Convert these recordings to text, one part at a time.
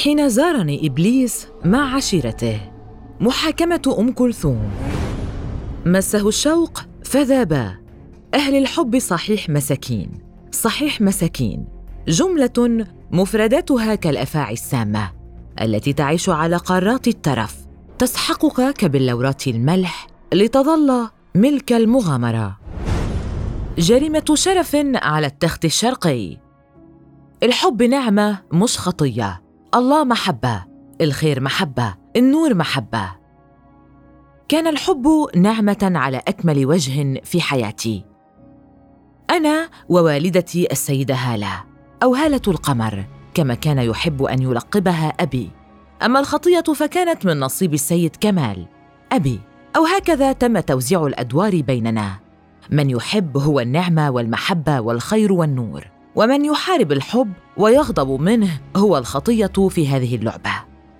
حين زارني إبليس مع عشيرته. محاكمة أم كلثوم. مسه الشوق فذابا. أهل الحب صحيح مساكين، صحيح مساكين، جملة مفرداتها كالأفاعي السامة التي تعيش على قارات الترف، تسحقك كبلورات الملح لتظل ملك المغامرة. جريمة شرف على التخت الشرقي. الحب نعمة مش خطية، الله محبة، الخير محبة، النور محبة. كان الحب نعمة على أكمل وجه في حياتي، أنا ووالدتي السيدة هالة، أو هالة القمر كما كان يحب أن يلقبها أبي. أما الخطية فكانت من نصيب السيد كمال أبي، أو هكذا تم توزيع الأدوار بيننا. من يحب هو النعمة والمحبة والخير والنور، ومن يحارب الحب ويغضب منه هو الخطية في هذه اللعبة.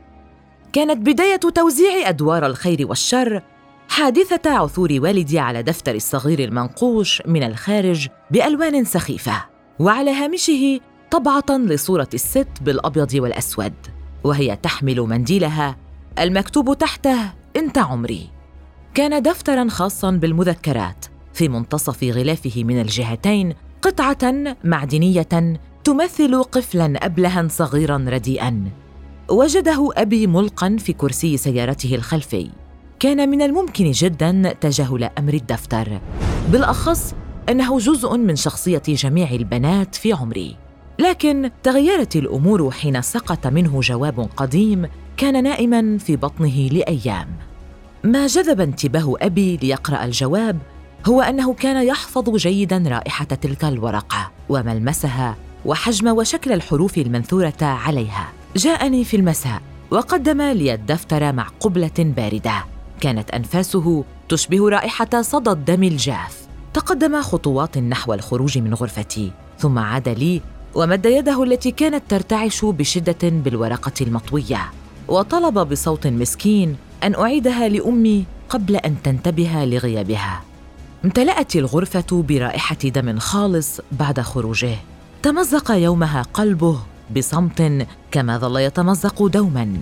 كانت بداية توزيع أدوار الخير والشر حادثة عثور والدي على دفتر الصغير المنقوش من الخارج بألوان سخيفة، وعلى هامشه طبعة لصورة الست بالأبيض والأسود، وهي تحمل منديلها المكتوب تحته أنت عمري. كان دفتراً خاصاً بالمذكرات، في منتصف غلافه من الجهتين قطعة معدنية تمثل قفلاً أبلهاً صغيراً رديئاً. وجده أبي ملقاً في كرسي سيارته الخلفي. كان من الممكن جداً تجاهل أمر الدفتر، بالأخص أنه جزء من شخصية جميع البنات في عمري. لكن تغيرت الأمور حين سقط منه جواب قديم كان نائماً في بطنه لأيام. ما جذب انتباه أبي ليقرأ الجواب هو أنه كان يحفظ جيداً رائحة تلك الورقة وملمسها وحجم وشكل الحروف المنثورة عليها. جاءني في المساء وقدم لي الدفتر مع قبلة باردة كانت أنفاسه تشبه رائحة صدى الدم الجاف. تقدم خطوات نحو الخروج من غرفتي، ثم عاد لي ومد يده التي كانت ترتعش بشدة بالورقة المطوية، وطلب بصوت مسكين أن أعيدها لأمي قبل أن تنتبه لغيابها. امتلأت الغرفة برائحة دم خالص بعد خروجه. تمزق يومها قلبه بصمت كما ظل يتمزق دوماً.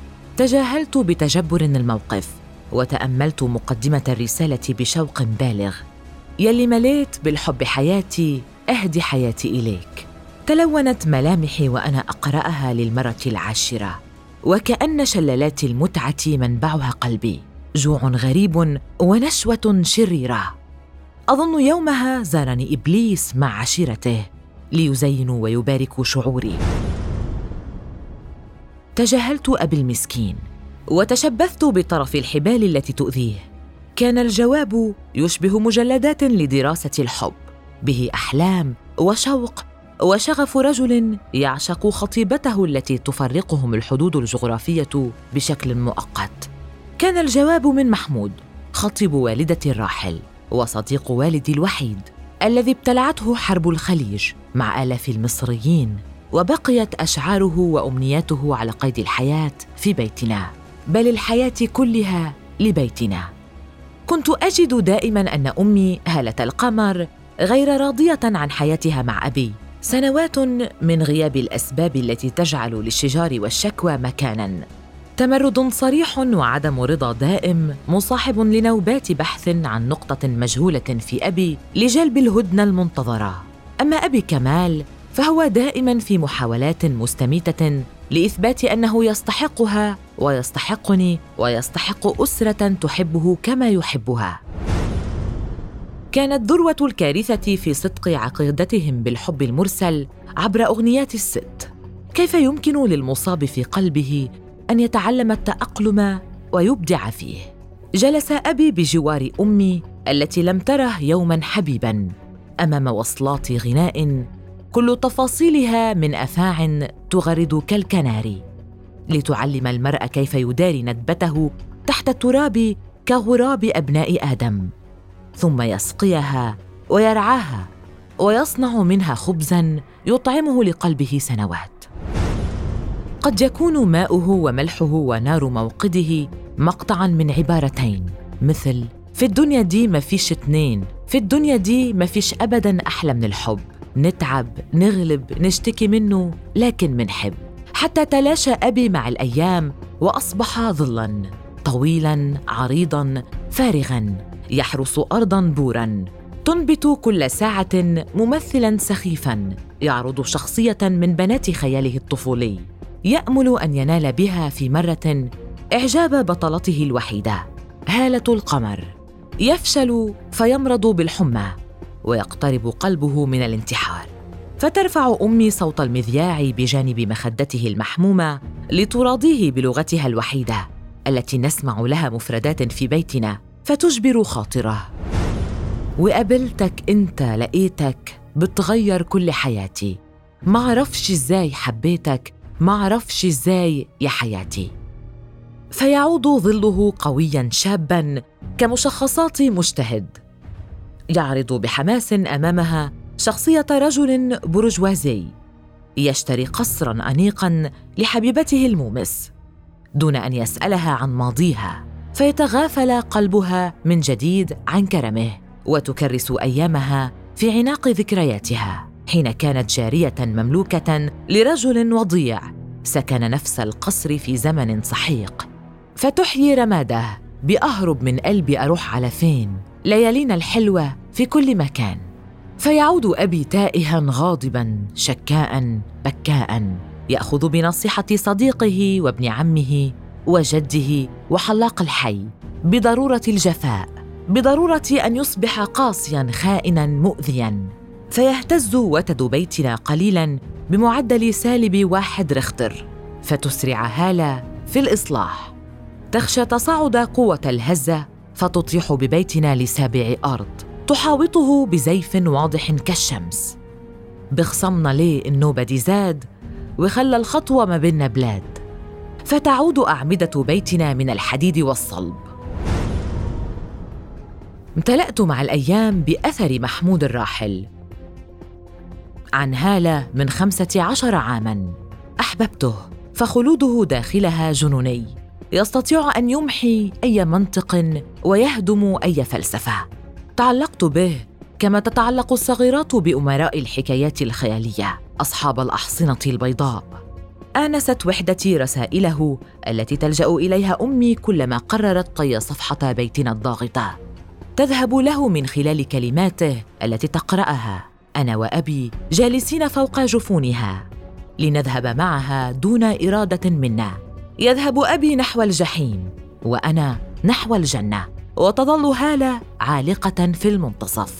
تجاهلت بتجبر الموقف وتأملت مقدمة الرسالة بشوق بالغ. يلي مليت بالحب حياتي، أهدي حياتي إليك. تلونت ملامحي وأنا أقرأها للمرة 10، وكأن شلالات المتعة منبعها قلبي، جوع غريب ونشوة شريرة. أظن يومها زارني إبليس مع عشيرته ليزينوا ويباركوا شعوري. تجاهلت أبي المسكين وتشبثت بطرف الحبال التي تؤذيه. كان الجواب يشبه مجلدات لدراسة الحب، به أحلام وشوق وشغف رجل يعشق خطيبته التي تفرقهم الحدود الجغرافية بشكل مؤقت. كان الجواب من محمود، خطيب والدتي الراحل وصديق والدي الوحيد، الذي ابتلعته حرب الخليج مع آلاف المصريين، وبقيت أشعاره وأمنياته على قيد الحياة في بيتنا، بل الحياة كلها لبيتنا. كنت أجد دائماً أن أمي هالة القمر غير راضية عن حياتها مع أبي. سنوات من غياب الأسباب التي تجعل للشجار والشكوى مكاناً. تمرد صريح وعدم رضا دائم مصاحب لنوبات بحث عن نقطة مجهولة في أبي لجلب الهدنة المنتظرة. أما أبي كمال فهو دائماً في محاولات مستميتة لإثبات أنه يستحقها ويستحقني ويستحق أسرة تحبه كما يحبها. كانت ذروة الكارثة في صدق عقيدتهم بالحب المرسل عبر أغنيات الست. كيف يمكن للمصاب في قلبه أن يتعلم التأقلم ويبدع فيه؟ جلس أبي بجوار أمي التي لم تره يوماً حبيباً أمام وصلات غناء كل تفاصيلها من أفاع تغرد كالكناري، لتعلم المرء كيف يداري ندبته تحت التراب كغراب أبناء آدم، ثم يسقيها ويرعاها ويصنع منها خبزاً يطعمه لقلبه سنوات. قد يكون ماؤه وملحه ونار موقده مقطعاً من عبارتين مثل في الدنيا دي مفيش اتنين، في الدنيا دي مفيش أبداً أحلى من الحب، نتعب، نغلب، نشتكي منه، لكن منحب. حتى تلاشى أبي مع الأيام وأصبح ظلاً طويلاً عريضاً فارغاً يحرس أرضاً بوراً تنبت كل ساعة ممثلاً سخيفاً يعرض شخصية من بنات خياله الطفولي، يأمل أن ينال بها في مرة إعجاب بطلته الوحيدة هالة القمر. يفشل فيمرض بالحمى ويقترب قلبه من الانتحار، فترفع أمي صوت المذياع بجانب مخدته المحمومة لتراضيه بلغتها الوحيدة التي نسمع لها مفردات في بيتنا فتجبر خاطره. وقابلتك أنت لقيتك بتغير كل حياتي، معرفش إزاي حبيتك، معرفش إزاي يا حياتي. فيعود ظله قوياً شاباً كمشخصات مجتهد، يعرض بحماس أمامها شخصية رجل برجوازي يشتري قصراً أنيقاً لحبيبته المومس دون أن يسألها عن ماضيها، فيتغافل قلبها من جديد عن كرمه، وتكرس أيامها في عناق ذكرياتها حين كانت جارية مملوكة لرجل وضيع سكن نفس القصر في زمن سحيق، فتحيي رماده بأهرب من قلبي أروح على فين، ليالينا الحلوة في كل مكان. فيعود أبي تائها غاضباً شكاء بكاء، يأخذ بنصيحة صديقه وابن عمه وجده وحلاق الحي بضرورة الجفاء، بضرورة أن يصبح قاسياً خائناً مؤذياً. فيهتز وتد بيتنا قليلاً بمعدل -1 ريختر، فتسرع هالة في الإصلاح، تخشى تصاعد قوة الهزة فتطيح ببيتنا ل7 أرض، تحاوطه بزيف واضح كالشمس. بخصمنا ليه النوبة دي زاد وخلى الخطوة ما بيننا بلاد، فتعود أعمدة بيتنا من الحديد والصلب. امتلأت مع الأيام بأثر محمود الراحل عن هالة من 15 عاماً، أحببته فخلوده داخلها جنوني، يستطيع أن يمحي أي منطق ويهدم أي فلسفة. تعلقت به كما تتعلق الصغيرات بأمراء الحكايات الخيالية أصحاب الأحصنة البيضاء. آنست وحدتي رسائله التي تلجأ إليها أمي كلما قررت طي صفحة بيتنا الضاغطة، تذهب له من خلال كلماته التي تقرأها أنا وأبي جالسين فوق جفونها لنذهب معها دون إرادة منا. يذهب أبي نحو الجحيم وأنا نحو الجنة، وتظل هالة عالقة في المنتصف.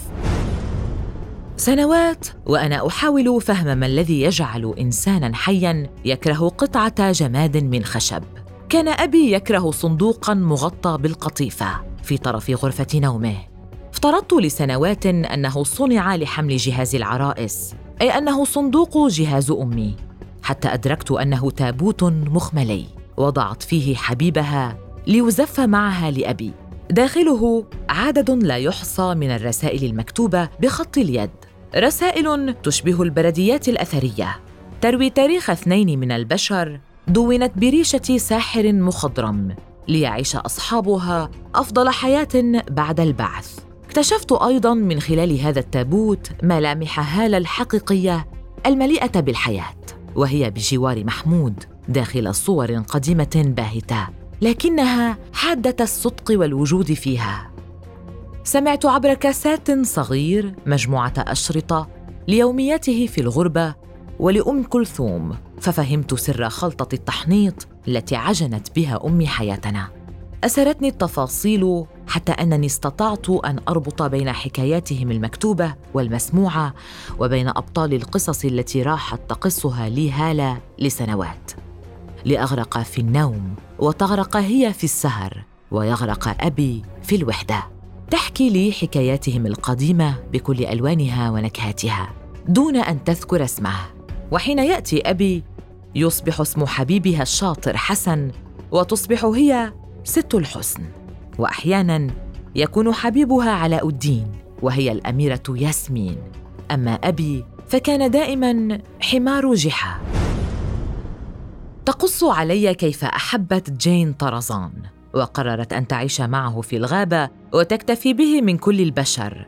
سنوات وأنا أحاول فهم ما الذي يجعل إنساناً حياً يكره قطعة جماد من خشب. كان أبي يكره صندوقاً مغطى بالقطيفة في طرف غرفة نومه. افترضت لسنوات أنه صنع لحمل جهاز العرائس، أي أنه صندوق جهاز أمي، حتى أدركت أنه تابوت مخملي وضعت فيه حبيبها ليزف معها لأبي. داخله عدد لا يحصى من الرسائل المكتوبة بخط اليد، رسائل تشبه البرديات الأثرية، تروي تاريخ 2 من البشر دونت بريشة ساحر مخضرم ليعيش أصحابها أفضل حياة بعد البعث. اكتشفت أيضاً من خلال هذا التابوت ملامح هالة الحقيقية المليئة بالحياة، وهي بجوار محمود داخل صور قديمة باهتة لكنها حادة الصدق والوجود فيها. سمعت عبر كاسات صغير مجموعة أشرطة ليومياته في الغربة ولأم كلثوم، ففهمت سر خلطة التحنيط التي عجنت بها أمي حياتنا. أسرتني التفاصيل حتى أنني استطعت أن أربط بين حكاياتهم المكتوبة والمسموعة وبين أبطال القصص التي راحت تقصها لي هالة لسنوات، لأغرق في النوم وتغرق هي في السهر ويغرق أبي في الوحدة. تحكي لي حكاياتهم القديمة بكل ألوانها ونكهاتها دون أن تذكر اسمه. وحين يأتي أبي يصبح اسم حبيبها الشاطر حسن، وتصبح هي ست الحسن، وأحياناً يكون حبيبها علاء الدين وهي الأميرة ياسمين. أما أبي فكان دائماً حمار جحا. تقص علي كيف أحبت جين طرزان وقررت أن تعيش معه في الغابة وتكتفي به من كل البشر،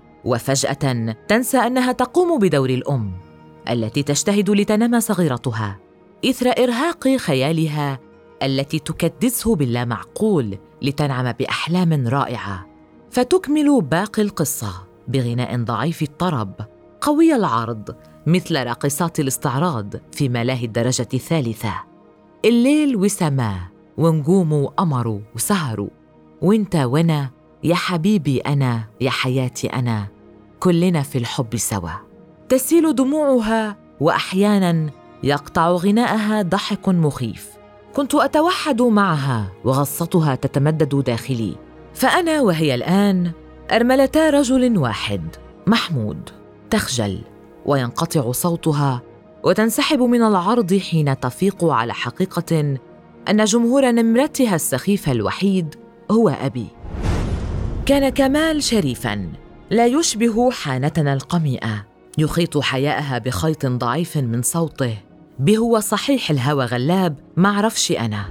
وفجأة تنسى أنها تقوم بدور الأم التي تجتهد لتنام صغيرتها إثر إرهاق خيالها التي تكدسه باللامعقول لتنعم بأحلام رائعة، فتكمل باقي القصة بغناء ضعيف الطرب قوي العرض مثل راقصات الاستعراض في ملاهي الدرجة الثالثة. الليل وسماه ونجوم وقمر وسهر، وانت وانا يا حبيبي أنا يا حياتي أنا، كلنا في الحب سوا. تسيل دموعها وأحياناً يقطع غناءها ضحك مخيف. كنت أتوحد معها وغصتها تتمدد داخلي، فأنا وهي الآن أرملتا رجل واحد، محمود. تخجل وينقطع صوتها وتنسحب من العرض حين تفيق على حقيقة أن جمهور نمرتها السخيف الوحيد هو أبي. كان كمال شريفاً لا يشبه حانتنا القميئة، يخيط حياءها بخيط ضعيف من صوته، بهو صحيح الهوى غلاب معرفش أنا.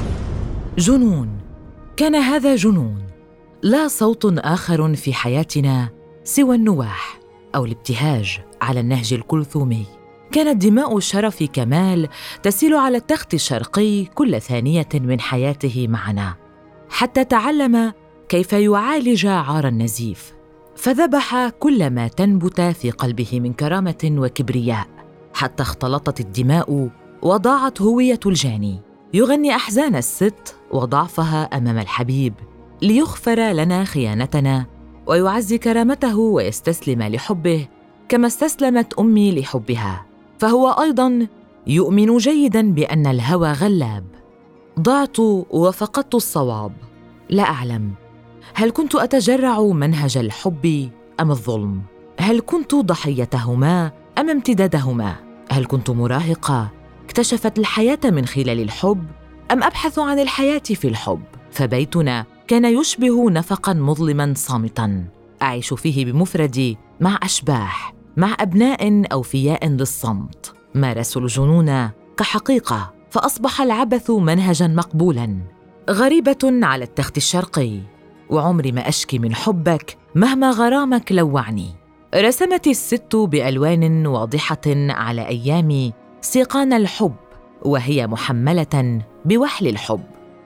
جنون، كان هذا جنون، لا صوت آخر في حياتنا سوى النواح أو الابتهاج على النهج الكلثومي. كانت دماء شرف كمال تسيل على التخت الشرقي كل ثانية من حياته معنا، حتى تعلم كيف يعالج عار النزيف، فذبح كل ما تنبت في قلبه من كرامة وكبرياء، حتى اختلطت الدماء وضاعت هوية الجاني، يغني أحزان الست وضعفها أمام الحبيب ليغفر لنا خيانتنا ويعزي كرامته ويستسلم لحبه كما استسلمت أمي لحبها. فهو أيضاً يؤمن جيداً بأن الهوى غلاب. ضعت وفقدت الصواب، لا أعلم هل كنت أتجرع منهج الحب أم الظلم؟ هل كنت ضحيتهما أم امتدادهما؟ هل كنت مراهقة اكتشفت الحياة من خلال الحب أم أبحث عن الحياة في الحب؟ فبيتنا كان يشبه نفقاً مظلماً صامتاً أعيش فيه بمفردي مع أشباح، مع أبناء أوفياء للصمت. مارسوا الجنون كحقيقة، فأصبح العبث منهجاً مقبولاً. غريبة على التخت الشرقي، وعمري ما أشكي من حبك مهما غرامك لوعني. رسمت الست بألوان واضحة على أيامي سيقان الحب، وهي محملة بوحل الحب،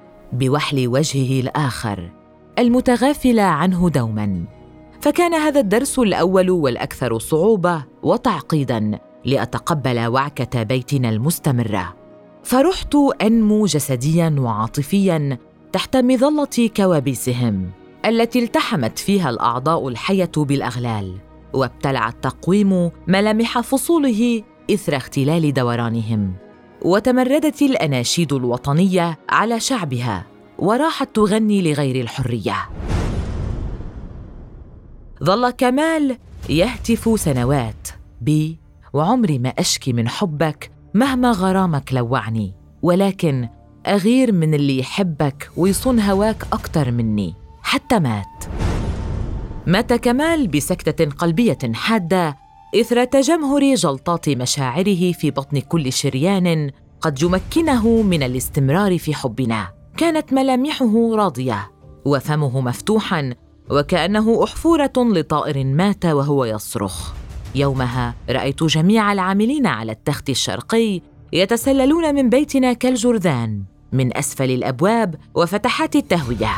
بوحل وجهه الآخر المتغافل عنه دوماً. فكان هذا الدرس الأول والأكثر صعوبة وتعقيداً لأتقبل وعكة بيتنا المستمرة. فرحت أنمو جسدياً وعاطفياً تحت مظلة كوابيسهم التي التحمت فيها الأعضاء الحية بالأغلال، وابتلع التقويم ملامح فصوله إثر اختلال دورانهم، وتمردت الأناشيد الوطنية على شعبها وراحت تغني لغير الحرية. ظل كمال يهتف سنوات بي وعمري ما أشكي من حبك مهما غرامك لوعني، ولكن أغير من اللي يحبك ويصون هواك أكتر مني. حتى مات كمال بسكتة قلبية حادة إثر تجمهر جلطات مشاعره في بطن كل شريان قد يمكنه من الاستمرار في حبنا. كانت ملامحه راضية وفمه مفتوحاً وكأنه أحفورة لطائر مات وهو يصرخ. يومها رأيت جميع العاملين على التخت الشرقي يتسللون من بيتنا كالجرذان من أسفل الأبواب وفتحات التهوية.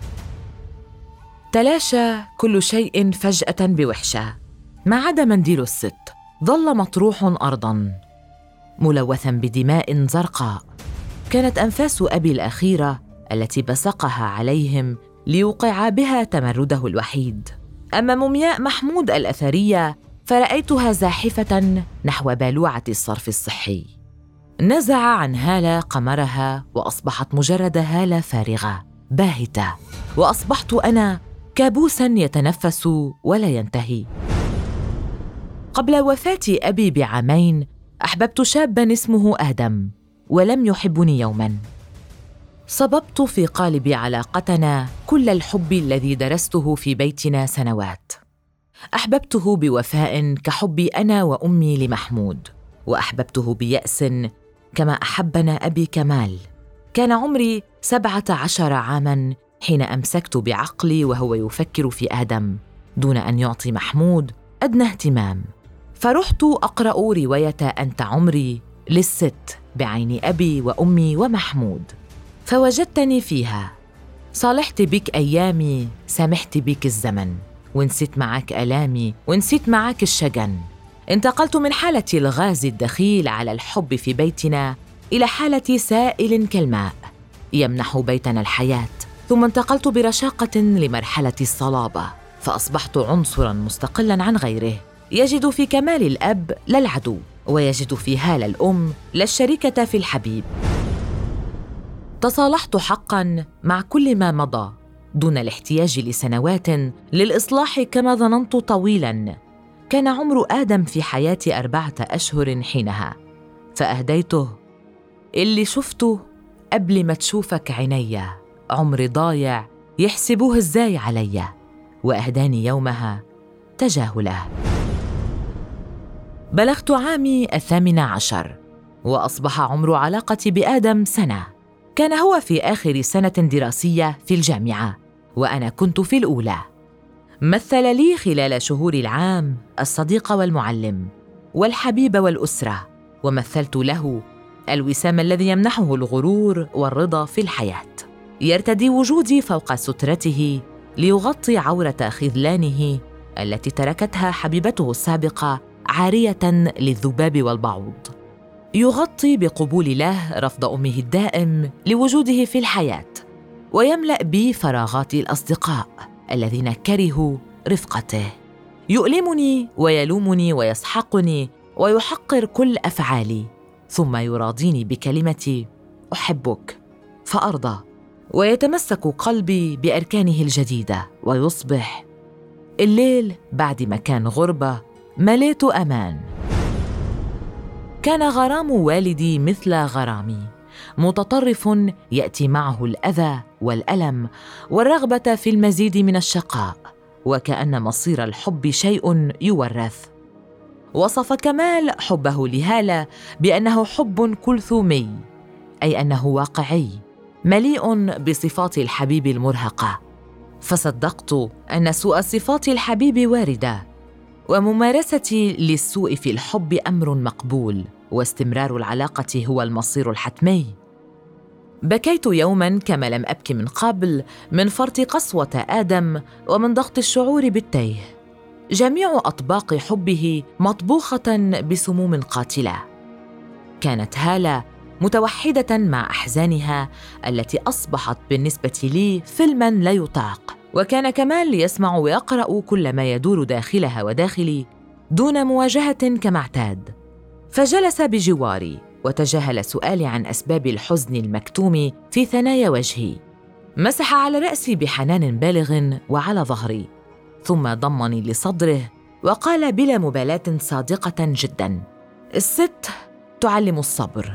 تلاشى كل شيء فجأة بوحشة ما عدا منديل الست، ظل مطروح أرضاً ملوثاً بدماء زرقاء. كانت أنفاس أبي الأخيرة التي بصقها عليهم ليوقع بها تمرده الوحيد. أما مومياء محمود الأثرية فرأيتها زاحفة نحو بالوعة الصرف الصحي. نزع عن هالة قمرها وأصبحت مجرد هالة فارغة باهتة، وأصبحت أنا كابوساً يتنفس ولا ينتهي. قبل وفاة أبي بعامين أحببت شاباً اسمه آدم ولم يحبني يوماً. صببت في قالب علاقتنا كل الحب الذي درسته في بيتنا سنوات. أحببته بوفاء كحبي أنا وأمي لمحمود، وأحببته بيأس كما أحبنا أبي كمال. كان عمري 17 عاماً حين أمسكت بعقلي وهو يفكر في آدم دون أن يعطي محمود أدنى اهتمام. فرحت أقرأ رواية أنت عمري للست بعين أبي وأمي ومحمود، فوجدتني فيها. صالحت بك أيامي، سامحت بك الزمن، ونسيت معك ألامي، ونسيت معك الشجن. انتقلت من حالة الغاز الدخيل على الحب في بيتنا إلى حالة سائل كالماء يمنح بيتنا الحياة، ثم انتقلت برشاقة لمرحلة الصلابة، فأصبحت عنصراً مستقلاً عن غيره، يجد في كمال الأب لا العدو، ويجد في هالة الأم لا الشريكة في الحبيب. تصالحت حقاً مع كل ما مضى دون الاحتياج لسنوات للإصلاح كما ظننت طويلاً. كان عمر آدم في حياتي 4 أشهر حينها، فأهديته اللي شفته قبل ما تشوفك عينيا، عمر ضايع يحسبوه ازاي عليا، وأهداني يومها تجاهله. بلغت عامي 18 وأصبح عمر علاقتي بآدم سنة. كان هو في آخر سنة دراسية في الجامعة وأنا كنت في الأولى. مثل لي خلال شهور العام الصديق والمعلم والحبيب والأسرة، ومثلت له الوسام الذي يمنحه الغرور والرضا في الحياة. يرتدي وجودي فوق سترته ليغطي عورة خذلانه التي تركتها حبيبته السابقة عارية للذباب والبعوض. يغطي بقبول له رفض أمه الدائم لوجوده في الحياة، ويملأ بي فراغات الأصدقاء الذين كرهوا رفقته. يؤلمني ويلومني ويسحقني ويحقر كل أفعالي، ثم يراضيني بكلمة أحبك فأرضى، ويتمسك قلبي بأركانه الجديدة، ويصبح الليل بعد ما كان غربة مليت أمان. كان غرام والدي مثل غرامي، متطرف يأتي معه الأذى والألم والرغبة في المزيد من الشقاء، وكأن مصير الحب شيء يورث. وصف كمال حبه لهالة بأنه حب كلثومي، أي أنه واقعي مليء بصفات الحبيب المرهقة، فصدقت أن سوء صفات الحبيب واردة، وممارستي للسوء في الحب أمر مقبول، واستمرار العلاقة هو المصير الحتمي. بكيت يوماً كما لم أبك من قبل، من فرط قسوة آدم ومن ضغط الشعور بالتيه. جميع أطباق حبه مطبوخة بسموم قاتلة. كانت هالة متوحدة مع أحزانها التي أصبحت بالنسبة لي فيلماً لا يطاق، وكان كمال يسمع ويقرأ كل ما يدور داخلها وداخلي دون مواجهة كما اعتاد. فجلس بجواري وتجاهل سؤالي عن أسباب الحزن المكتوم في ثنايا وجهي. مسح على رأسي بحنان بالغ وعلى ظهري، ثم ضمني لصدره وقال بلا مبالاة صادقة جداً: الست تعلم الصبر.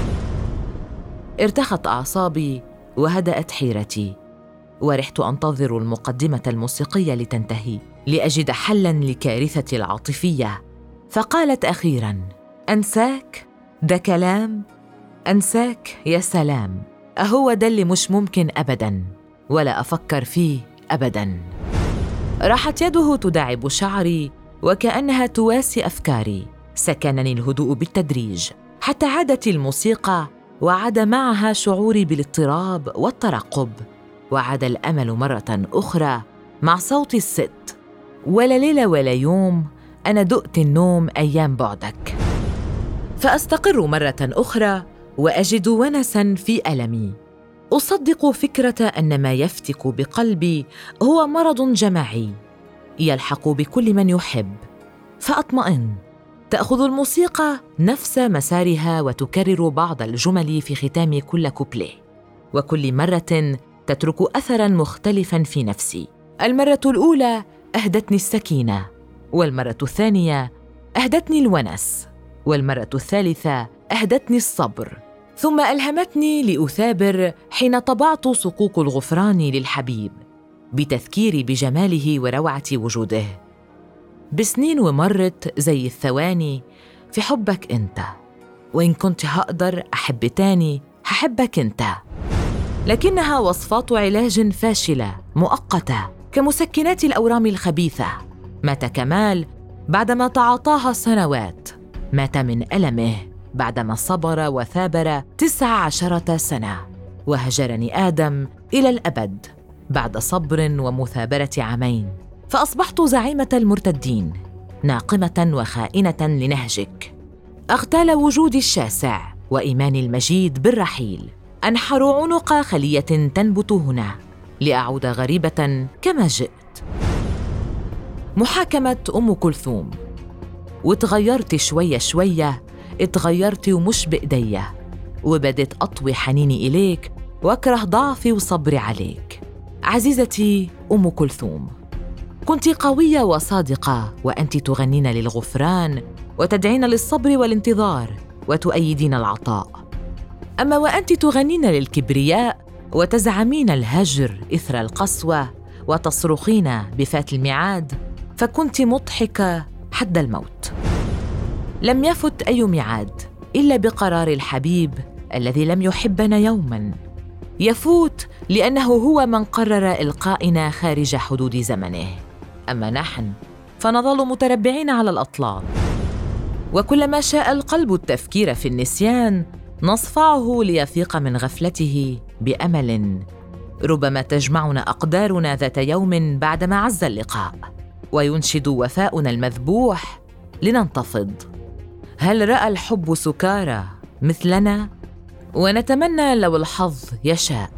ارتخت أعصابي وهدأت حيرتي، ورحت أنتظر المقدمة الموسيقية لتنتهي لأجد حلاً لكارثتي العاطفية. فقالت أخيراً: أنساك؟ ده كلام؟ أنساك؟ يا سلام، أهو ده اللي مش ممكن أبداً، ولا أفكر فيه أبداً. راحت يده تداعب شعري وكأنها تواسي أفكاري. سكنني الهدوء بالتدريج حتى عادت الموسيقى، وعاد معها شعوري بالاضطراب والترقب، وعاد الأمل مرة أخرى مع صوت الست: ولا ليلة ولا يوم أنا دقت النوم أيام بعدك. فأستقر مرة أخرى وأجد ونساً في ألمي. أصدق فكرة أن ما يفتك بقلبي هو مرض جماعي يلحق بكل من يحب، فأطمئن. تأخذ الموسيقى نفس مسارها وتكرر بعض الجمل في ختام كل كوبليه، وكل مرة تترك أثراً مختلفاً في نفسي. المرة الأولى أهدتني السكينة، والمرة الثانية أهدتني الونس، والمرة الثالثة أهدتني الصبر، ثم ألهمتني لأثابر حين طبعت صكوك الغفران للحبيب بتذكيري بجماله وروعة وجوده. بسنين ومرت زي الثواني في حبك أنت، وإن كنت هقدر أحب تاني هحبك أنت. لكنها وصفات علاج فاشلة مؤقتة كمسكنات الأورام الخبيثة. مات كمال بعدما تعاطاها سنوات، مات من ألمه بعدما صبر وثابر 19 سنة، وهجرني آدم إلى الأبد بعد صبر ومثابرة عامين، فأصبحت زعيمة المرتدين، ناقمة وخائنة لنهجك. أغتال وجودي الشاسع وإيماني المجيد بالرحيل، أنحر عنق خلية تنبت هنا لأعود غريبة كما جئت. محاكمة أم كلثوم. وتغيرت شوية، اتغيرت ومش بإيديا، وبدت أطوي حنيني إليك وأكره ضعفي وصبري عليك. عزيزتي أم كلثوم، كنت قوية وصادقة، وأنت تغنين للغفران وتدعين للصبر والانتظار وتؤيدين العطاء. أما وأنت تغنين للكبرياء وتزعمين الهجر إثر القسوة وتصرخين بفات الميعاد، فكنت مضحكة حد الموت. لم يفت أي ميعاد إلا بقرار الحبيب الذي لم يحبنا يوماً. يفوت لأنه هو من قرر إلقائنا خارج حدود زمنه، أما نحن فنظل متربعين على الأطلال. وكلما شاء القلب التفكير في النسيان نصفعه ليفيق من غفلته بأمل ربما تجمعنا أقدارنا ذات يوم بعدما عز اللقاء، وينشد وفاؤنا المذبوح لننتفض. هل رأى الحب سكارى مثلنا؟ ونتمنى لو الحظ يشاء.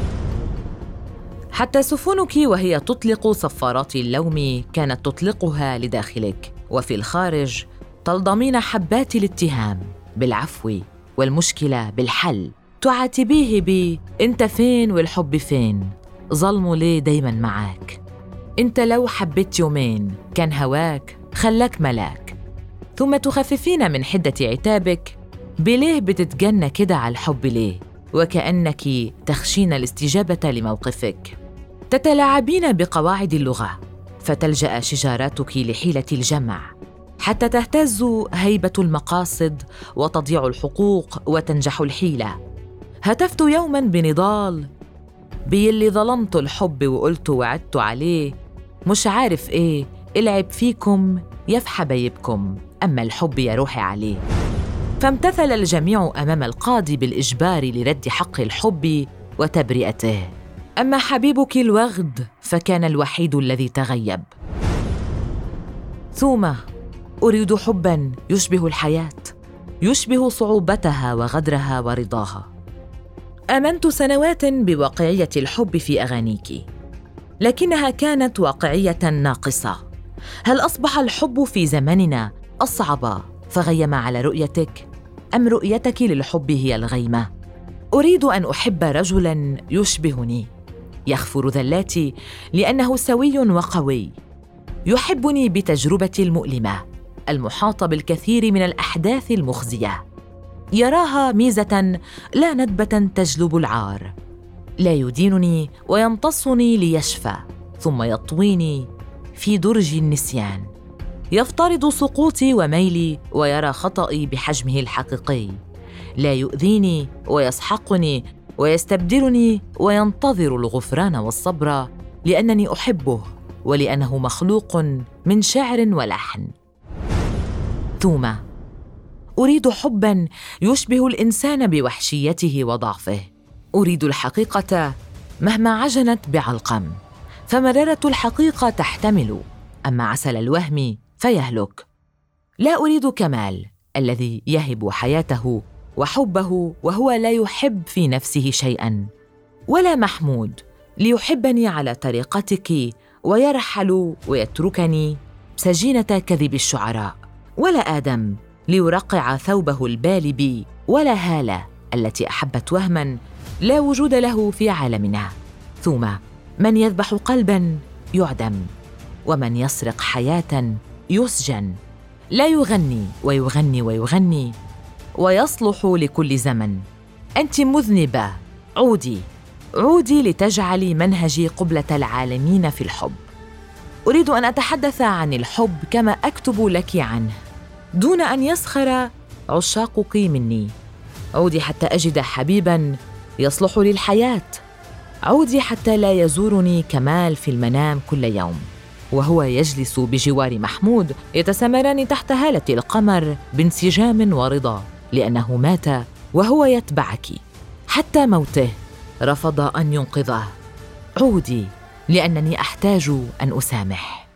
حتى سفنك وهي تطلق صفارات اللوم كانت تطلقها لداخلك، وفي الخارج تلضمين حبات الاتهام بالعفو والمشكلة بالحل، تعاتبيه أنت فين والحب فين، ظلمه ليه دايماً معاك، أنت لو حبيت يومين كان هواك خلاك ملاك. ثم تخففين من حدة عتابك بليه بتتجنى كده على الحب ليه، وكأنك تخشين الاستجابة لموقفك. تتلاعبين بقواعد اللغة فتلجأ شجاراتك لحيلة الجمع حتى تهتز هيبة المقاصد وتضيع الحقوق وتنجح الحيلة. هتفت يوماً بنضال بيلي ظلمت الحب وقلت وعدت عليه، مش عارف إيه العب فيكم يا في حبايبكم، أما الحب يا روحي عليه. فامتثل الجميع أمام القاضي بالإجبار لرد حق الحب وتبرئته، أما حبيبك الوغد فكان الوحيد الذي تغيب. ثم أريد حباً يشبه الحياة، يشبه صعوبتها وغدرها ورضاها. آمنت سنوات بواقعية الحب في أغانيك، لكنها كانت واقعية ناقصة. هل أصبح الحب في زمننا أصعب فغيم على رؤيتك، أم رؤيتك للحب هي الغيمة؟ أريد أن أحب رجلاً يشبهني، يغفر ذلاتي لأنه سوي وقوي، يحبني بتجربتي المؤلمة المحاطة بالكثير من الأحداث المخزية، يراها ميزة لا ندبة تجلب العار، لا يدينني ويمتصني ليشفى ثم يطويني في درج النسيان، يفترض سقوطي وميلي ويرى خطئي بحجمه الحقيقي، لا يؤذيني ويسحقني ويستبدلني وينتظر الغفران والصبر لأنني أحبه ولأنه مخلوق من شعر ولحن. ثم أريد حباً يشبه الإنسان بوحشيته وضعفه. أريد الحقيقة مهما عجنت بعلقم، فمرارة الحقيقة تحتمل، أما عسل الوهم فيهلك. لا أريد كمال الذي يهب حياته وحبه وهو لا يحب في نفسه شيئاً، ولا محمود ليحبني على طريقتك ويرحل ويتركني سجينة كذب الشعراء، ولا آدم ليرقع ثوبه البال بي، ولا هالة التي أحبت وهماً لا وجود له في عالمنا. ثم من يذبح قلباً يعدم، ومن يسرق حياة يسجن، لا يغني ويغني ويغني ويصلح لكل زمن. أنت مذنبة، عودي لتجعلي منهجي قبلة العالمين في الحب. أريد أن أتحدث عن الحب كما أكتب لك عنه، دون أن يسخر عشاقك مني. عودي حتى أجد حبيباً يصلح للحياة، عودي حتى لا يزورني كمال في المنام كل يوم وهو يجلس بجوار محمود يتسامران تحت هالة القمر بانسجام ورضا. لأنه مات وهو يتبعك. حتى موته رفض أن ينقذه. عودي، لأنني أحتاج أن أسامح.